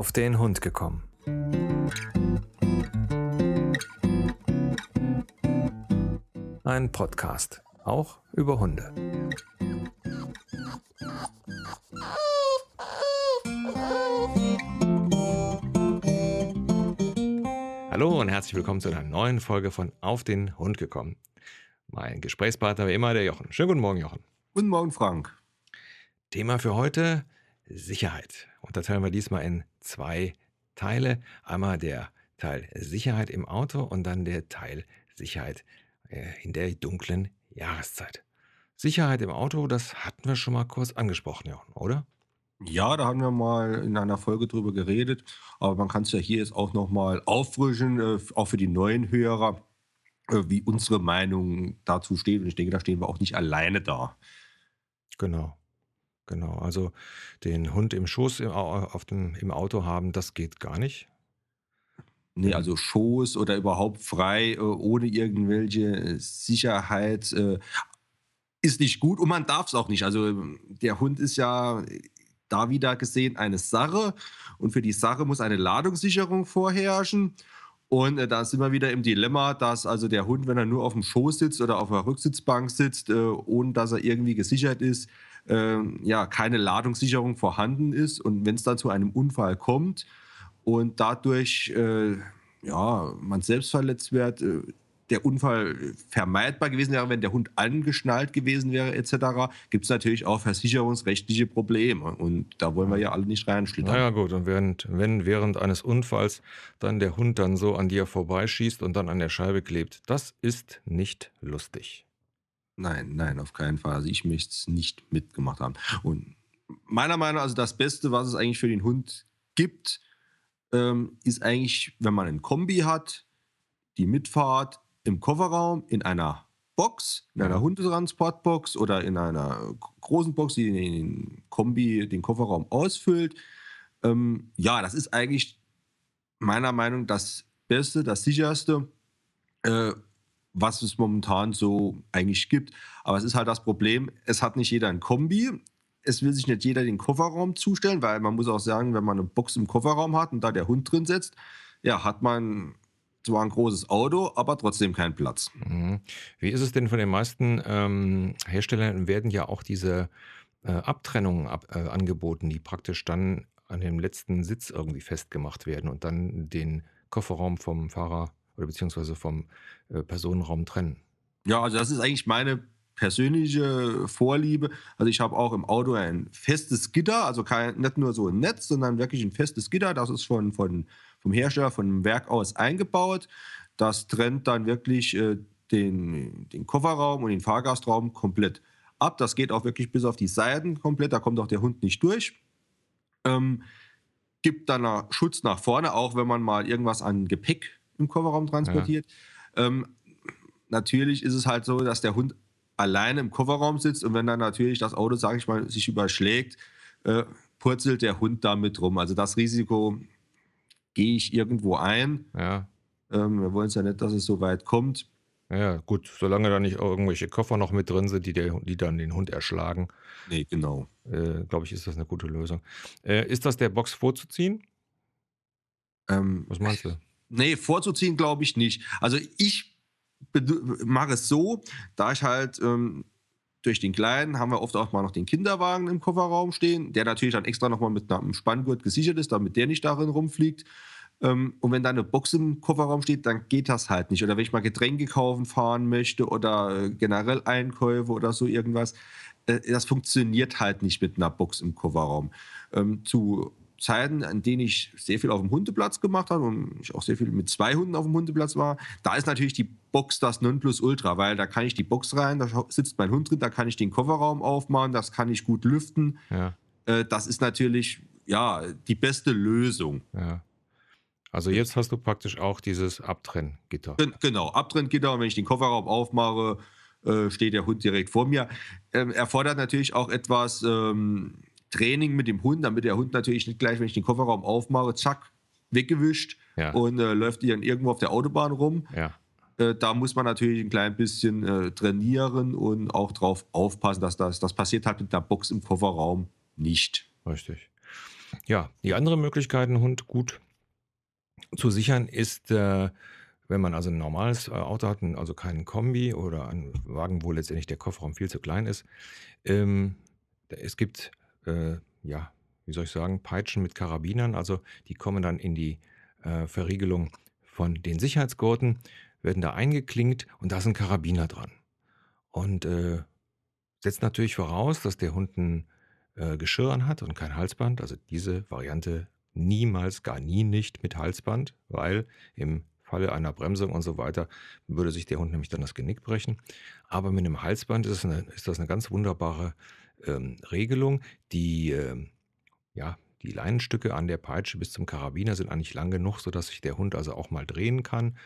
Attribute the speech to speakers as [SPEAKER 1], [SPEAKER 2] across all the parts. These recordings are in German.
[SPEAKER 1] Auf den Hund gekommen. Ein Podcast, auch über Hunde. Hallo und herzlich willkommen zu einer neuen Folge von Auf den Hund gekommen. Mein Gesprächspartner wie immer, der Jochen. Schönen guten Morgen, Jochen.
[SPEAKER 2] Guten Morgen, Frank.
[SPEAKER 1] Thema für heute: Sicherheit. Unterteilen wir diesmal in zwei Teile. Einmal der Teil Sicherheit im Auto und dann der Teil Sicherheit in der dunklen Jahreszeit. Sicherheit im Auto, das hatten wir schon mal kurz angesprochen, Jochen, oder?
[SPEAKER 2] Ja, da haben wir mal in einer Folge drüber geredet, aber man kann es ja hier jetzt auch nochmal auffrischen, auch für die neuen Hörer, wie unsere Meinung dazu steht. Und ich denke, da stehen wir auch nicht alleine da.
[SPEAKER 1] Genau, genau. Also den Hund im Schoß im Auto haben, das geht gar nicht.
[SPEAKER 2] Nee, also Schoß oder überhaupt frei, ohne irgendwelche Sicherheit, ist nicht gut und man darf es auch nicht. Also der Hund ist ja da wieder gesehen eine Sache und für die Sache muss eine Ladungssicherung vorherrschen. Und da sind wir wieder im Dilemma, dass also der Hund, wenn er nur auf dem Schoß sitzt oder auf der Rücksitzbank sitzt, ohne dass er irgendwie gesichert ist, ja, keine Ladungssicherung vorhanden ist. Und wenn es dann zu einem Unfall kommt und dadurch ja, man selbst verletzt wird, der Unfall vermeidbar gewesen wäre, wenn der Hund angeschnallt gewesen wäre, etc., gibt es natürlich auch versicherungsrechtliche Probleme. Und da wollen wir ja alle nicht reinschlittern.
[SPEAKER 1] Naja gut, und wenn während eines Unfalls dann der Hund dann so an dir vorbeischießt und dann an der Scheibe klebt, das ist nicht lustig.
[SPEAKER 2] Nein, nein, auf keinen Fall. Also ich möchte es nicht mitgemacht haben. Und meiner Meinung nach, also das Beste, was es eigentlich für den Hund gibt, ist eigentlich, wenn man ein Kombi hat, die Mitfahrt im Kofferraum in einer Box, in einer
[SPEAKER 1] Ja.
[SPEAKER 2] Hundetransportbox oder in einer großen Box, die den Kombi, den Kofferraum ausfüllt. Ja, das ist eigentlich meiner Meinung nach das Beste, das Sicherste, äh, was es momentan so eigentlich gibt. Aber es ist halt das Problem, es hat nicht jeder ein Kombi. Es will sich nicht jeder den Kofferraum zustellen, weil man muss auch sagen, wenn man eine Box im Kofferraum hat und da der Hund drin sitzt, ja, hat man zwar ein großes Auto, aber trotzdem keinen Platz.
[SPEAKER 1] Mhm. Wie ist es denn von den meisten Herstellern? Werden ja auch diese Abtrennungen angeboten, die praktisch dann an dem letzten Sitz irgendwie festgemacht werden und dann den Kofferraum vom Fahrer oder beziehungsweise vom Personenraum trennen.
[SPEAKER 2] Ja, also das ist eigentlich meine persönliche Vorliebe. Also ich habe auch im Auto ein festes Gitter, also nicht nur so ein Netz, sondern wirklich ein festes Gitter. Das ist vom Hersteller, von dem Werk aus eingebaut. Das trennt dann wirklich den Kofferraum und den Fahrgastraum komplett ab. Das geht auch wirklich bis auf die Seiten komplett. Da kommt auch der Hund nicht durch. Ähm, Gibt dann Schutz nach vorne, auch wenn man mal irgendwas an Gepäck im Kofferraum
[SPEAKER 1] Ja.
[SPEAKER 2] transportiert. Ähm, Natürlich ist es halt so, dass der Hund alleine im Kofferraum sitzt und wenn dann natürlich das Auto, sage ich mal, sich überschlägt, äh, purzelt der Hund da mit rum. Also das Risiko gehe ich irgendwo ein.
[SPEAKER 1] Ja.
[SPEAKER 2] Wir wollen es ja nicht, dass es so weit kommt.
[SPEAKER 1] Ja, gut, solange da nicht irgendwelche Koffer noch mit drin sind, die dann den Hund erschlagen,
[SPEAKER 2] Nee, genau.
[SPEAKER 1] glaube ich, ist das eine gute Lösung. Ist das der Box vorzuziehen?
[SPEAKER 2] Ähm,
[SPEAKER 1] Was meinst du?
[SPEAKER 2] Nee, vorzuziehen glaube ich nicht. Also ich mache es so, da ich halt durch den Kleinen haben wir oft auch mal noch den Kinderwagen im Kofferraum stehen, der natürlich dann extra nochmal mit einem Spanngurt gesichert ist, damit der nicht darin rumfliegt. Und wenn da eine Box im Kofferraum steht, dann geht das halt nicht. Oder wenn ich mal Getränke kaufen fahren möchte oder generell Einkäufe oder so irgendwas, das funktioniert halt nicht mit einer Box im Kofferraum. Zu Zeiten, an denen ich sehr viel auf dem Hundeplatz gemacht habe und ich auch sehr viel mit 2 Hunden auf dem Hundeplatz war, da ist natürlich die Box das Nonplusultra, weil da kann ich die Box rein, da sitzt mein Hund drin, da kann ich den Kofferraum aufmachen, das kann ich gut lüften.
[SPEAKER 1] Ja,
[SPEAKER 2] Das ist natürlich, ja, die beste Lösung.
[SPEAKER 1] ja. Also jetzt hast du praktisch auch dieses Abtrenngitter.
[SPEAKER 2] Genau, Abtrenngitter und wenn ich den Kofferraum aufmache, steht der Hund direkt vor mir. Erfordert natürlich auch etwas Training mit dem Hund, damit der Hund natürlich nicht gleich, wenn ich den Kofferraum aufmache, zack, weggewischt
[SPEAKER 1] Ja,
[SPEAKER 2] und läuft dann irgendwo auf der Autobahn rum.
[SPEAKER 1] ja,
[SPEAKER 2] Da muss man natürlich ein klein bisschen trainieren und auch drauf aufpassen, dass das passiert halt mit einer Box im Kofferraum nicht.
[SPEAKER 1] richtig. Ja, die andere Möglichkeit, 'n Hund gut zu sichern, ist, wenn man also ein normales, Auto hat, 'n also keinen Kombi oder einen Wagen, wo letztendlich der Kofferraum viel zu klein ist. Ähm, Es gibt, ja, wie soll ich sagen, Peitschen mit Karabinern, also die kommen dann in die, Verriegelung von den Sicherheitsgurten, werden da eingeklinkt und da ist 'n Karabiner dran. Und, setzt natürlich voraus, dass der Hund 'n, Geschirr anhat und kein Halsband. Also, diese Variante niemals, gar nie nicht mit Halsband, weil im Falle einer Bremsung und so weiter würde sich der Hund nämlich dann das Genick brechen. Aber mit 'nem Halsband ist das 'ne ganz wunderbare, Regelung. Die, ja, die Leinenstücke an der Peitsche bis zum Karabiner sind eigentlich lang genug, sodass sich der Hund also auch mal drehen kann.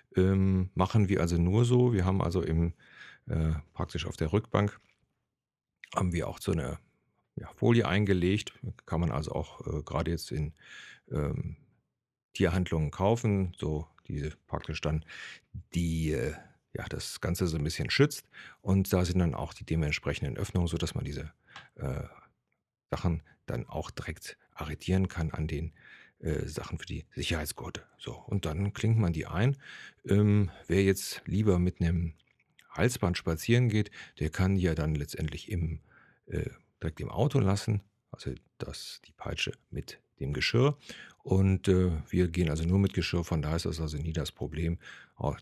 [SPEAKER 1] Machen wir also nur so. Wir haben also praktisch auf der Rückbank haben wir auch so eine, ja, Folie eingelegt. Kann man also auch, grade jetzt in, ähm, Tierhandlungen kaufen, so diese praktisch dann die, ja, das Ganze so ein bisschen schützt. Und da sind dann auch die dementsprechenden Öffnungen, sodass man diese, äh, Sachen dann auch direkt arretieren kann an den, Sachen für die Sicherheitsgurte. So, und dann klinkt man die ein. Wer jetzt lieber mit einem Halsband spazieren geht, der kann die ja dann letztendlich äh, direkt im Auto lassen, also die Peitsche mit dem Geschirr. Und, wir gehen also nur mit Geschirr, von daher ist das also nie das Problem. Auch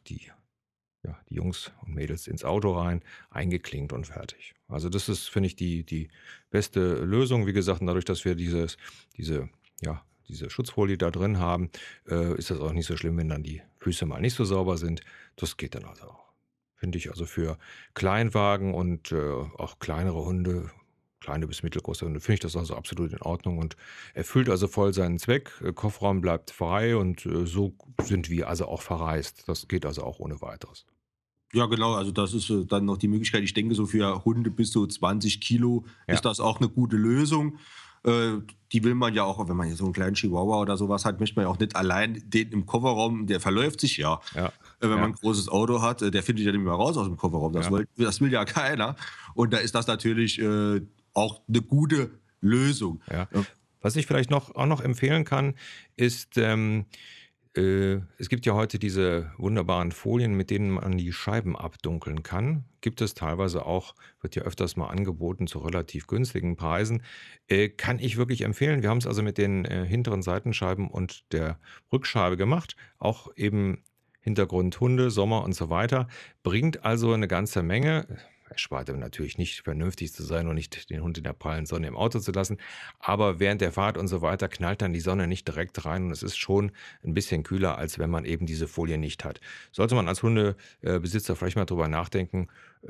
[SPEAKER 1] die Jungs und Mädels ins Auto rein, eingeklinkt und fertig. Also, das ist, finde ich, die beste Lösung. Wie gesagt, und dadurch, dass wir diese diese Schutzfolie da drin haben, ist das auch nicht so schlimm, wenn dann die Füße mal nicht so sauber sind. Das geht dann also auch. Finde ich also für Kleinwagen und, auch kleinere Hunde, kleine bis mittelgroße Hunde, finde ich das also absolut in Ordnung und erfüllt also voll seinen Zweck. Kofferraum bleibt frei und, so sind wir also auch verreist. Das geht also auch ohne Weiteres.
[SPEAKER 2] Ja, genau, also das ist, dann noch die Möglichkeit. Ich denke, so für Hunde bis zu 20 Kilo
[SPEAKER 1] Ja,
[SPEAKER 2] ist das auch eine gute Lösung. Äh, Die will man ja auch, wenn man hier so einen kleinen Chihuahua oder sowas hat, möchte man ja auch nicht allein den im Kofferraum, der verläuft sich ja,
[SPEAKER 1] ja,
[SPEAKER 2] wenn man
[SPEAKER 1] ja,
[SPEAKER 2] ein großes Auto hat, der findet ja nicht mehr raus aus dem Kofferraum.
[SPEAKER 1] ja,
[SPEAKER 2] Das will ja keiner. Und da ist das natürlich, auch eine gute Lösung.
[SPEAKER 1] ja. Was ich vielleicht noch empfehlen kann, ist, es gibt ja heute diese wunderbaren Folien, mit denen man die Scheiben abdunkeln kann. Gibt es teilweise auch, wird ja öfters mal angeboten zu relativ günstigen Preisen. Kann ich wirklich empfehlen. Wir haben es also mit den, hinteren Seitenscheiben und der Rückscheibe gemacht. Auch eben Hintergrund Hunde, Sommer und so weiter. Bringt also eine ganze Menge. Erspart aber natürlich nicht, vernünftig zu sein und nicht den Hund in der prallen Sonne im Auto zu lassen. Aber während der Fahrt und so weiter knallt dann die Sonne nicht direkt rein und es ist schon ein bisschen kühler, als wenn man eben diese Folie nicht hat. Sollte man als Hundebesitzer vielleicht mal drüber nachdenken,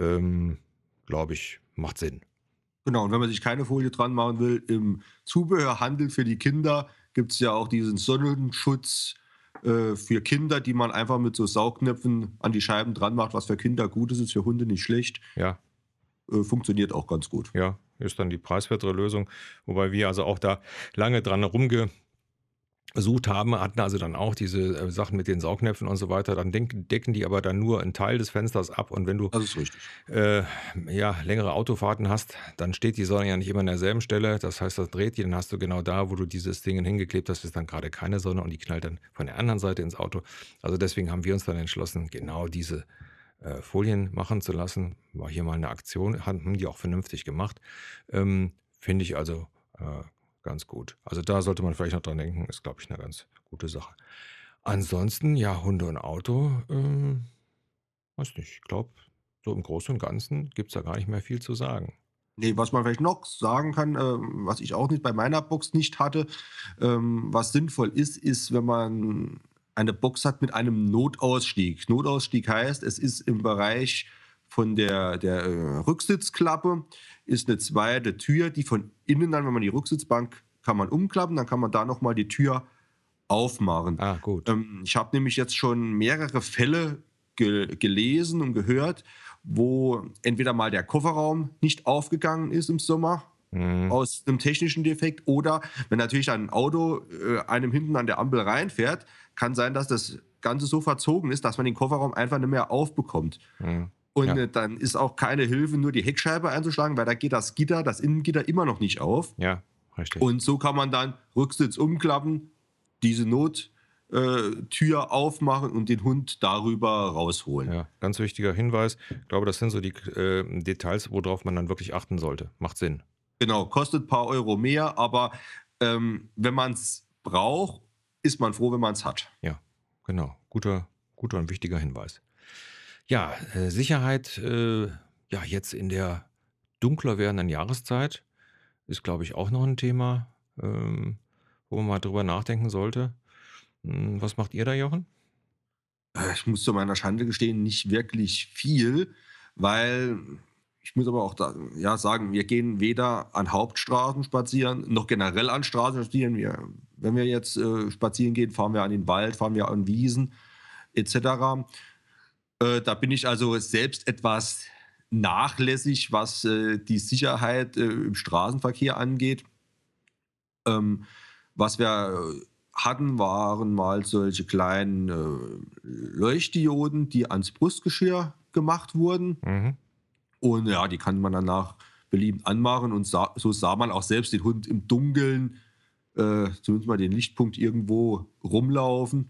[SPEAKER 1] glaube ich, macht Sinn.
[SPEAKER 2] Genau, und wenn man sich keine Folie dran machen will, im Zubehörhandel für die Kinder gibt es ja auch diesen Sonnenschutz, für Kinder, die man einfach mit so Saugnäpfen an die Scheiben dran macht, was für Kinder gut ist für Hunde nicht schlecht.
[SPEAKER 1] Ja,
[SPEAKER 2] Funktioniert auch ganz gut.
[SPEAKER 1] ja, ist dann die preiswertere Lösung, wobei wir also auch da lange dran rumgesucht haben, hatten also dann auch diese, Sachen mit den Saugnäpfen und so weiter. Dann decken die aber dann nur einen Teil des Fensters ab und wenn du
[SPEAKER 2] Das ist richtig.
[SPEAKER 1] äh, ja, längere Autofahrten hast, dann steht die Sonne ja nicht immer an derselben Stelle. Das heißt, das dreht die, dann hast du genau da, wo du dieses Ding hingeklebt hast, ist dann gerade keine Sonne und die knallt dann von der anderen Seite ins Auto. Also deswegen haben wir uns dann entschlossen, genau diese Folien machen zu lassen. War hier mal eine Aktion, haben die auch vernünftig gemacht. Finde ich also ganz gut. Also da sollte man vielleicht noch dran denken, ist, glaube ich, eine ganz gute Sache. Ansonsten, ja, Hunde und Auto, weiß nicht, ich glaube, so im Großen und Ganzen gibt es da gar nicht mehr viel zu sagen.
[SPEAKER 2] Ne, was man vielleicht noch sagen kann, was ich auch nicht bei meiner Box nicht hatte, was sinnvoll ist, wenn man eine Box hat mit einem Notausstieg. Notausstieg heißt, es ist im Bereich von der Rücksitzklappe ist eine zweite Tür, die von innen dann, wenn man die Rücksitzbank kann man umklappen, dann kann man da noch mal die Tür aufmachen.
[SPEAKER 1] Ah, gut.
[SPEAKER 2] Ich habe nämlich jetzt schon mehrere Fälle gelesen und gehört, wo entweder mal der Kofferraum nicht aufgegangen ist im Sommer
[SPEAKER 1] Mhm.
[SPEAKER 2] aus einem technischen Defekt oder wenn natürlich ein Auto einem hinten an der Ampel reinfährt, kann sein, dass das Ganze so verzogen ist, dass man den Kofferraum einfach nicht mehr aufbekommt.
[SPEAKER 1] Mhm.
[SPEAKER 2] Und
[SPEAKER 1] Ja,
[SPEAKER 2] dann ist auch keine Hilfe, nur die Heckscheibe einzuschlagen, weil da geht das Gitter, das Innengitter immer noch nicht auf.
[SPEAKER 1] ja, richtig.
[SPEAKER 2] Und so kann man dann Rücksitz umklappen, diese Nottür aufmachen und den Hund darüber rausholen.
[SPEAKER 1] Ja, ganz wichtiger Hinweis. Ich glaube, das sind so die Details, worauf man dann wirklich achten sollte. Macht Sinn.
[SPEAKER 2] Genau, kostet ein paar Euro mehr, aber wenn man es braucht, ist man froh, wenn man es hat.
[SPEAKER 1] Ja, genau. Guter und wichtiger Hinweis. Ja, Sicherheit, ja, jetzt in der dunkler werdenden Jahreszeit ist, glaube ich, auch noch ein Thema, wo man mal drüber nachdenken sollte. Was macht ihr da, Jochen?
[SPEAKER 2] Ich muss zu meiner Schande gestehen, nicht wirklich viel, weil ich muss aber auch da, ja, sagen, wir gehen weder an Hauptstraßen spazieren, noch generell an Straßen spazieren. Wenn wir jetzt spazieren gehen, fahren wir an den Wald, fahren wir an Wiesen etc. Da bin ich also selbst etwas nachlässig, was die Sicherheit im Straßenverkehr angeht. Ähm, was wir hatten, waren mal solche kleinen Leuchtdioden, die ans Brustgeschirr gemacht wurden.
[SPEAKER 1] Mhm.
[SPEAKER 2] Und ja, die kann man dann nach Belieben anmachen. Und so sah man auch selbst den Hund im Dunkeln, zumindest mal den Lichtpunkt irgendwo rumlaufen.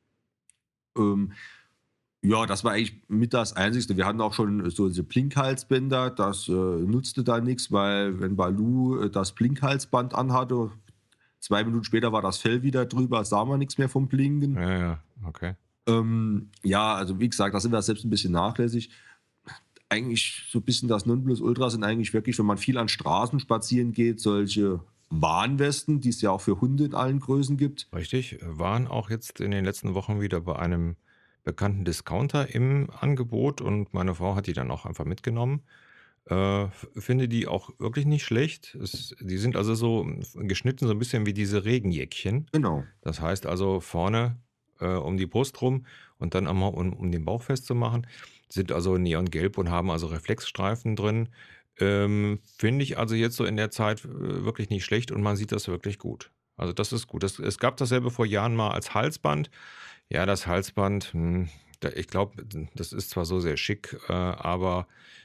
[SPEAKER 2] Ähm, ja, das war eigentlich mit das Einzige. Wir hatten auch schon so diese Blinkhalsbänder. Das nutzte da nichts, weil wenn Balu das Blinkhalsband anhatte, 2 Minuten später war das Fell wieder drüber, sah man nichts mehr vom Blinken.
[SPEAKER 1] Ja, ja, okay.
[SPEAKER 2] Ja, also wie gesagt, da sind wir selbst ein bisschen nachlässig. Eigentlich so ein bisschen das Nonplusultra sind eigentlich wirklich, wenn man viel an Straßen spazieren geht, solche Warnwesten, die es ja auch für Hunde in allen Größen gibt.
[SPEAKER 1] Richtig. Waren auch jetzt in den letzten Wochen wieder bei einem bekannten Discounter im Angebot und meine Frau hat die dann auch einfach mitgenommen. Finde die auch wirklich nicht schlecht. Die sind also so geschnitten, so ein bisschen wie diese Regenjäckchen.
[SPEAKER 2] Genau.
[SPEAKER 1] Das heißt also vorne um die Brust rum und dann einmal um den Bauch festzumachen. Sind also neongelb und haben also Reflexstreifen drin. Finde ich also jetzt so in der Zeit wirklich nicht schlecht und man sieht das wirklich gut. Also das ist gut. Es gab dasselbe vor Jahren mal als Halsband. Ja, das Halsband, ich glaube, das ist zwar so sehr schick, aber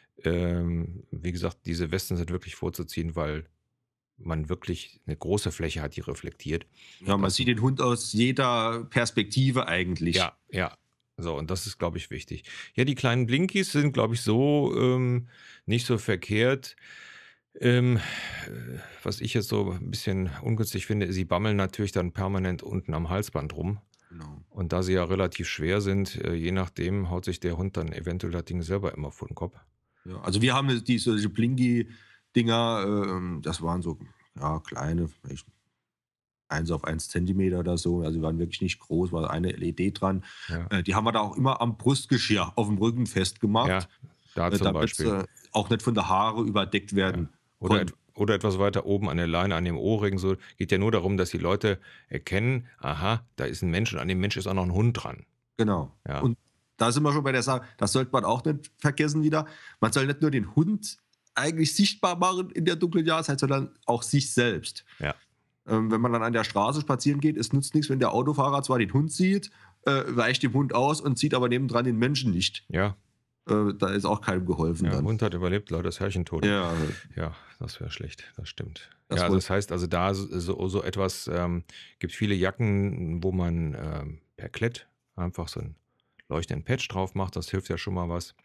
[SPEAKER 1] wie gesagt, diese Westen sind wirklich vorzuziehen, weil man wirklich eine große Fläche hat, die reflektiert.
[SPEAKER 2] Ja, man
[SPEAKER 1] Das
[SPEAKER 2] sieht den Hund aus jeder Perspektive eigentlich.
[SPEAKER 1] Ja, ja. So, und das ist, glaube ich, wichtig. Ja, die kleinen Blinkies sind, glaube ich, so nicht so verkehrt. Was ich jetzt so ein bisschen ungünstig finde, sie bammeln natürlich dann permanent unten am Halsband rum.
[SPEAKER 2] Genau.
[SPEAKER 1] Und da sie ja relativ schwer sind, je nachdem haut sich der Hund dann eventuell das Ding selber immer vor den Kopf.
[SPEAKER 2] Ja, also wir haben solche Blinky-Dinger, das waren so ja, kleine, vielleicht 1 auf 1 Zentimeter oder so. Also die waren wirklich nicht groß, war eine LED dran.
[SPEAKER 1] Ja,
[SPEAKER 2] Die haben wir da auch immer am Brustgeschirr auf dem Rücken festgemacht,
[SPEAKER 1] ja, da zum
[SPEAKER 2] damit
[SPEAKER 1] Beispiel.
[SPEAKER 2] sie auch nicht von der Haare überdeckt
[SPEAKER 1] Ja.
[SPEAKER 2] werden
[SPEAKER 1] Oder,
[SPEAKER 2] konnten.
[SPEAKER 1] oder etwas weiter oben an der Leine, an dem Ohrring. So geht ja nur darum, dass die Leute erkennen, aha, da ist ein Mensch und an dem Mensch ist auch noch ein Hund dran.
[SPEAKER 2] Genau.
[SPEAKER 1] Ja,
[SPEAKER 2] Und da sind wir schon bei der Sache, das sollte man auch nicht vergessen wieder. Man soll nicht nur den Hund eigentlich sichtbar machen in der dunklen Jahreszeit, sondern auch sich selbst.
[SPEAKER 1] ja,
[SPEAKER 2] Wenn man dann an der Straße spazieren geht, es nützt nichts, wenn der Autofahrer zwar den Hund sieht, weicht dem Hund aus und sieht aber nebendran den Menschen nicht.
[SPEAKER 1] ja.
[SPEAKER 2] Da ist auch keinem geholfen
[SPEAKER 1] Ja,
[SPEAKER 2] dann.
[SPEAKER 1] Hund hat überlebt, Leute, das Herrchen tot.
[SPEAKER 2] Ja,
[SPEAKER 1] Ja, das wäre schlecht, das stimmt.
[SPEAKER 2] das
[SPEAKER 1] Ja, also
[SPEAKER 2] wohl.
[SPEAKER 1] das heißt also da so etwas, gibt viele Jacken, wo man per Klett einfach so einen leuchtenden Patch drauf macht, das hilft ja schon mal was.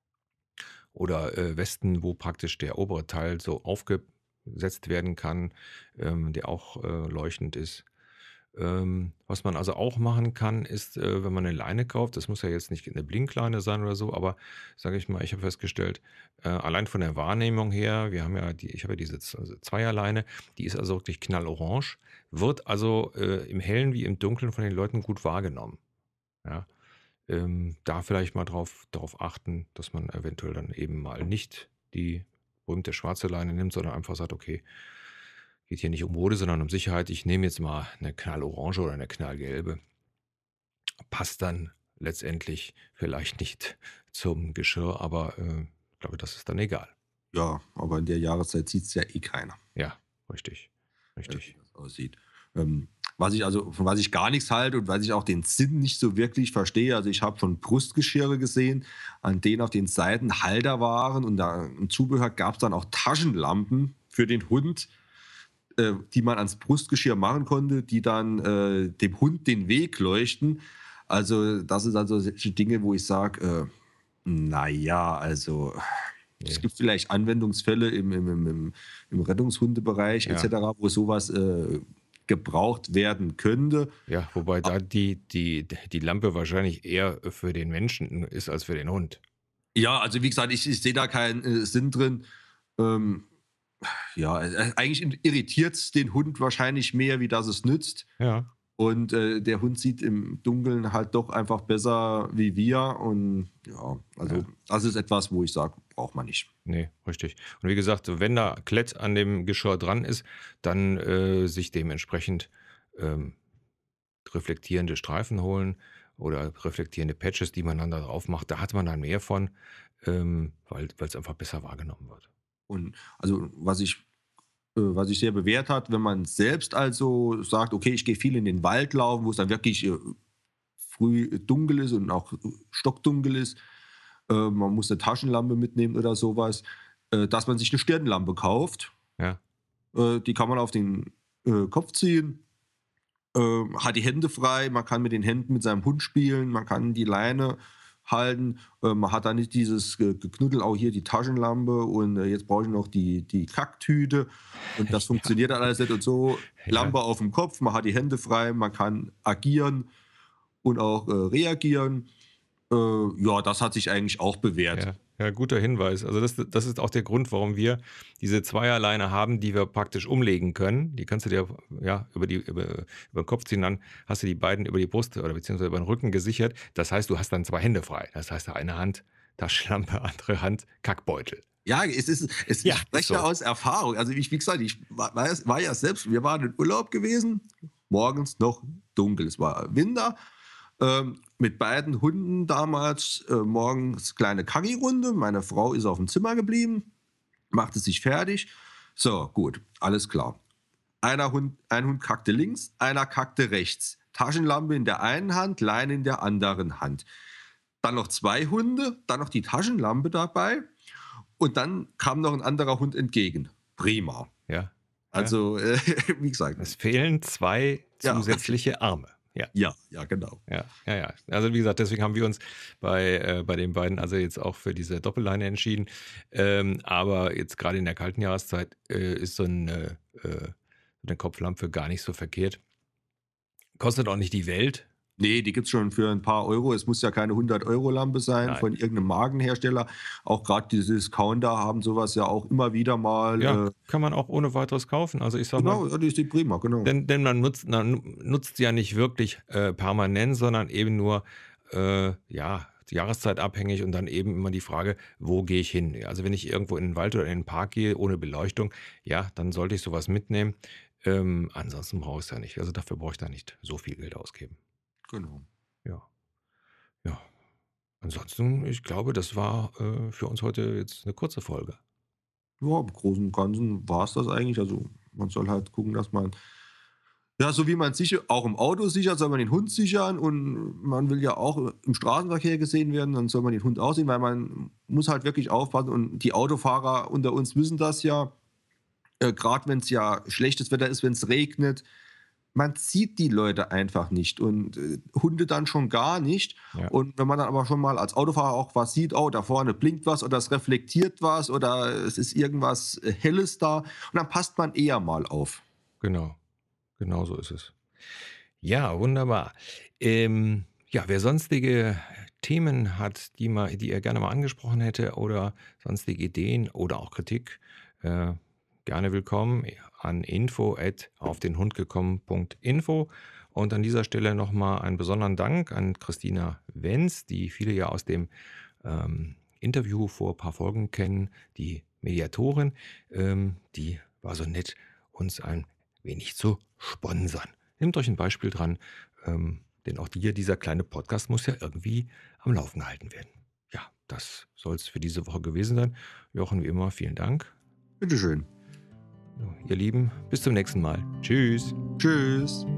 [SPEAKER 1] Oder Westen, wo praktisch der obere Teil so aufgesetzt werden kann, der auch leuchtend ist. Was man also auch machen kann, ist, wenn man eine Leine kauft, das muss ja jetzt nicht eine Blinkleine sein oder so, aber sage ich mal, ich habe festgestellt, allein von der Wahrnehmung her, ich habe ja diese Zweierleine, die ist also wirklich knallorange, wird also im Hellen wie im Dunkeln von den Leuten gut wahrgenommen. Ja? Da vielleicht mal drauf achten, dass man eventuell dann eben mal nicht die berühmte schwarze Leine nimmt, sondern einfach sagt, okay, geht hier nicht um Mode, sondern um Sicherheit. Ich nehme jetzt mal eine knallorange oder eine knallgelbe. Passt dann letztendlich vielleicht nicht zum Geschirr, aber ich glaube, das ist dann egal.
[SPEAKER 2] Ja, aber in der Jahreszeit sieht es ja eh keiner,
[SPEAKER 1] Ja, richtig,
[SPEAKER 2] wie
[SPEAKER 1] richtig.
[SPEAKER 2] das aussieht. Von was ich gar nichts halte und was ich auch den Sinn nicht so wirklich verstehe, also ich habe schon Brustgeschirre gesehen, an denen auf den Seiten Halter waren und da im Zubehör gab es dann auch Taschenlampen für den Hund. die man ans Brustgeschirr machen konnte, die dann dem Hund den Weg leuchten. Also das ist also solche Dinge, wo ich sage, naja, also es
[SPEAKER 1] Nee.
[SPEAKER 2] gibt vielleicht Anwendungsfälle im Rettungshundebereich
[SPEAKER 1] Ja.
[SPEAKER 2] etc., wo sowas gebraucht werden könnte.
[SPEAKER 1] Ja, wobei da die Lampe wahrscheinlich eher für den Menschen ist als für den Hund.
[SPEAKER 2] Ja, also wie gesagt, ich sehe da keinen Sinn drin. Ähm, ja, eigentlich irritiert es den Hund wahrscheinlich mehr, wie das es nützt.
[SPEAKER 1] Ja.
[SPEAKER 2] Und der Hund sieht im Dunkeln halt doch einfach besser wie wir. Und ja, also
[SPEAKER 1] Ja.
[SPEAKER 2] das ist etwas, wo ich sage, braucht man nicht.
[SPEAKER 1] Nee, richtig. Und wie gesagt, wenn da Klett an dem Geschirr dran ist, dann sich dementsprechend ähm, reflektierende Streifen holen oder reflektierende Patches, die man dann da drauf macht. Da hat man dann mehr von, weil es einfach besser wahrgenommen wird.
[SPEAKER 2] Und also was sich sehr bewährt hat, wenn man selbst also sagt, okay, ich gehe viel in den Wald laufen, wo es dann wirklich früh dunkel ist und auch stockdunkel ist. Man muss eine Taschenlampe mitnehmen oder sowas, dass man sich eine Stirnlampe kauft.
[SPEAKER 1] Ja,
[SPEAKER 2] Die kann man auf den Kopf ziehen, hat die Hände frei, man kann mit den Händen mit seinem Hund spielen, man kann die Leine halten, man hat da nicht dieses Geknuddel, auch hier die Taschenlampe und jetzt brauche ich noch die Kacktüte und das
[SPEAKER 1] ja,
[SPEAKER 2] funktioniert dann alles nicht und so.
[SPEAKER 1] ja,
[SPEAKER 2] Lampe auf dem Kopf, man hat die Hände frei, man kann agieren und auch reagieren. Ja, das hat sich eigentlich auch bewährt.
[SPEAKER 1] ja. Ja, guter Hinweis. Also das ist auch der Grund, warum wir diese Zweierleine haben, die wir praktisch umlegen können. Die kannst du dir ja über den Kopf ziehen, dann hast du die beiden über die Brust oder beziehungsweise über den Rücken gesichert. Das heißt, du hast dann zwei Hände frei. Das heißt, eine Hand Taschenlampe, andere Hand Kackbeutel.
[SPEAKER 2] Ja, ich
[SPEAKER 1] Ja, ist
[SPEAKER 2] spreche ja
[SPEAKER 1] so.
[SPEAKER 2] aus Erfahrung. Also wie gesagt, ich war ja selbst, wir waren in Urlaub gewesen, morgens noch dunkel, es war Winter, mit beiden Hunden damals morgens kleine Kaggi-Runde. Meine Frau ist auf dem Zimmer geblieben, machte sich fertig. So, gut, alles klar. Ein Hund kackte links, einer kackte rechts. Taschenlampe in der einen Hand, Leine in der anderen Hand. Dann noch zwei Hunde, dann noch die Taschenlampe dabei. Und dann kam noch ein anderer Hund entgegen. Prima.
[SPEAKER 1] Ja, ja.
[SPEAKER 2] Also, wie gesagt,
[SPEAKER 1] Es fehlen zwei
[SPEAKER 2] ja,
[SPEAKER 1] zusätzliche Arme. Ja.
[SPEAKER 2] ja, genau.
[SPEAKER 1] Ja, ja, ja. Also wie gesagt, deswegen haben wir uns bei den beiden also jetzt auch für diese Doppelleine entschieden. Aber jetzt gerade in der kalten Jahreszeit ist so eine Kopflampe gar nicht so verkehrt. Kostet auch nicht die Welt.
[SPEAKER 2] Nee, die gibt's schon für ein paar Euro. Es muss ja keine 100-Euro-Lampe sein
[SPEAKER 1] Nein.
[SPEAKER 2] von irgendeinem Markenhersteller. Auch gerade diese Discounter haben sowas ja auch immer wieder mal.
[SPEAKER 1] Ja, kann man auch ohne weiteres kaufen. Also ich sag mal,
[SPEAKER 2] Genau, ja, die ist die prima, genau.
[SPEAKER 1] denn man nutzt sie ja nicht wirklich permanent, sondern eben nur ja, jahreszeitabhängig und dann eben immer die Frage, wo gehe ich hin? Also wenn ich irgendwo in den Wald oder in den Park gehe ohne Beleuchtung, ja, dann sollte ich sowas mitnehmen. Ansonsten brauche ich es ja nicht. Also dafür brauche ich da nicht so viel Geld ausgeben.
[SPEAKER 2] Genau.
[SPEAKER 1] Ja, ja. Ansonsten, ich glaube, das war für uns heute jetzt eine kurze Folge.
[SPEAKER 2] Ja, im Großen und Ganzen war es das eigentlich. Also man soll halt gucken, dass man, ja, so wie man sicher, auch im Auto sichert, soll man den Hund sichern und man will ja auch im Straßenverkehr gesehen werden, dann soll man den Hund auch sehen, weil man muss halt wirklich aufpassen und die Autofahrer unter uns wissen das ja, gerade wenn es ja schlechtes Wetter ist, wenn es regnet, man sieht die Leute einfach nicht und Hunde dann schon gar nicht.
[SPEAKER 1] Ja,
[SPEAKER 2] Und wenn man dann aber schon mal als Autofahrer auch was sieht, oh, da vorne blinkt was oder es reflektiert was oder es ist irgendwas Helles da und dann passt man eher mal auf.
[SPEAKER 1] genau. Genau so ist es. Ja, wunderbar. Ja, wer sonstige Themen hat, die er gerne mal angesprochen hätte oder sonstige Ideen oder auch Kritik, äh, gerne willkommen an info@aufdenhundgekommen.info. Und an dieser Stelle nochmal einen besonderen Dank an Christina Wenz, die viele ja aus dem Interview vor ein paar Folgen kennen, die Mediatorin. Die war so nett, uns ein wenig zu sponsern. Nehmt euch ein Beispiel dran, denn auch dieser kleine Podcast muss ja irgendwie am Laufen gehalten werden. Ja, das soll es für diese Woche gewesen sein. Jochen, wie immer, vielen Dank.
[SPEAKER 2] Bitteschön.
[SPEAKER 1] So, ihr Lieben, bis zum nächsten Mal. Tschüss.
[SPEAKER 2] Tschüss.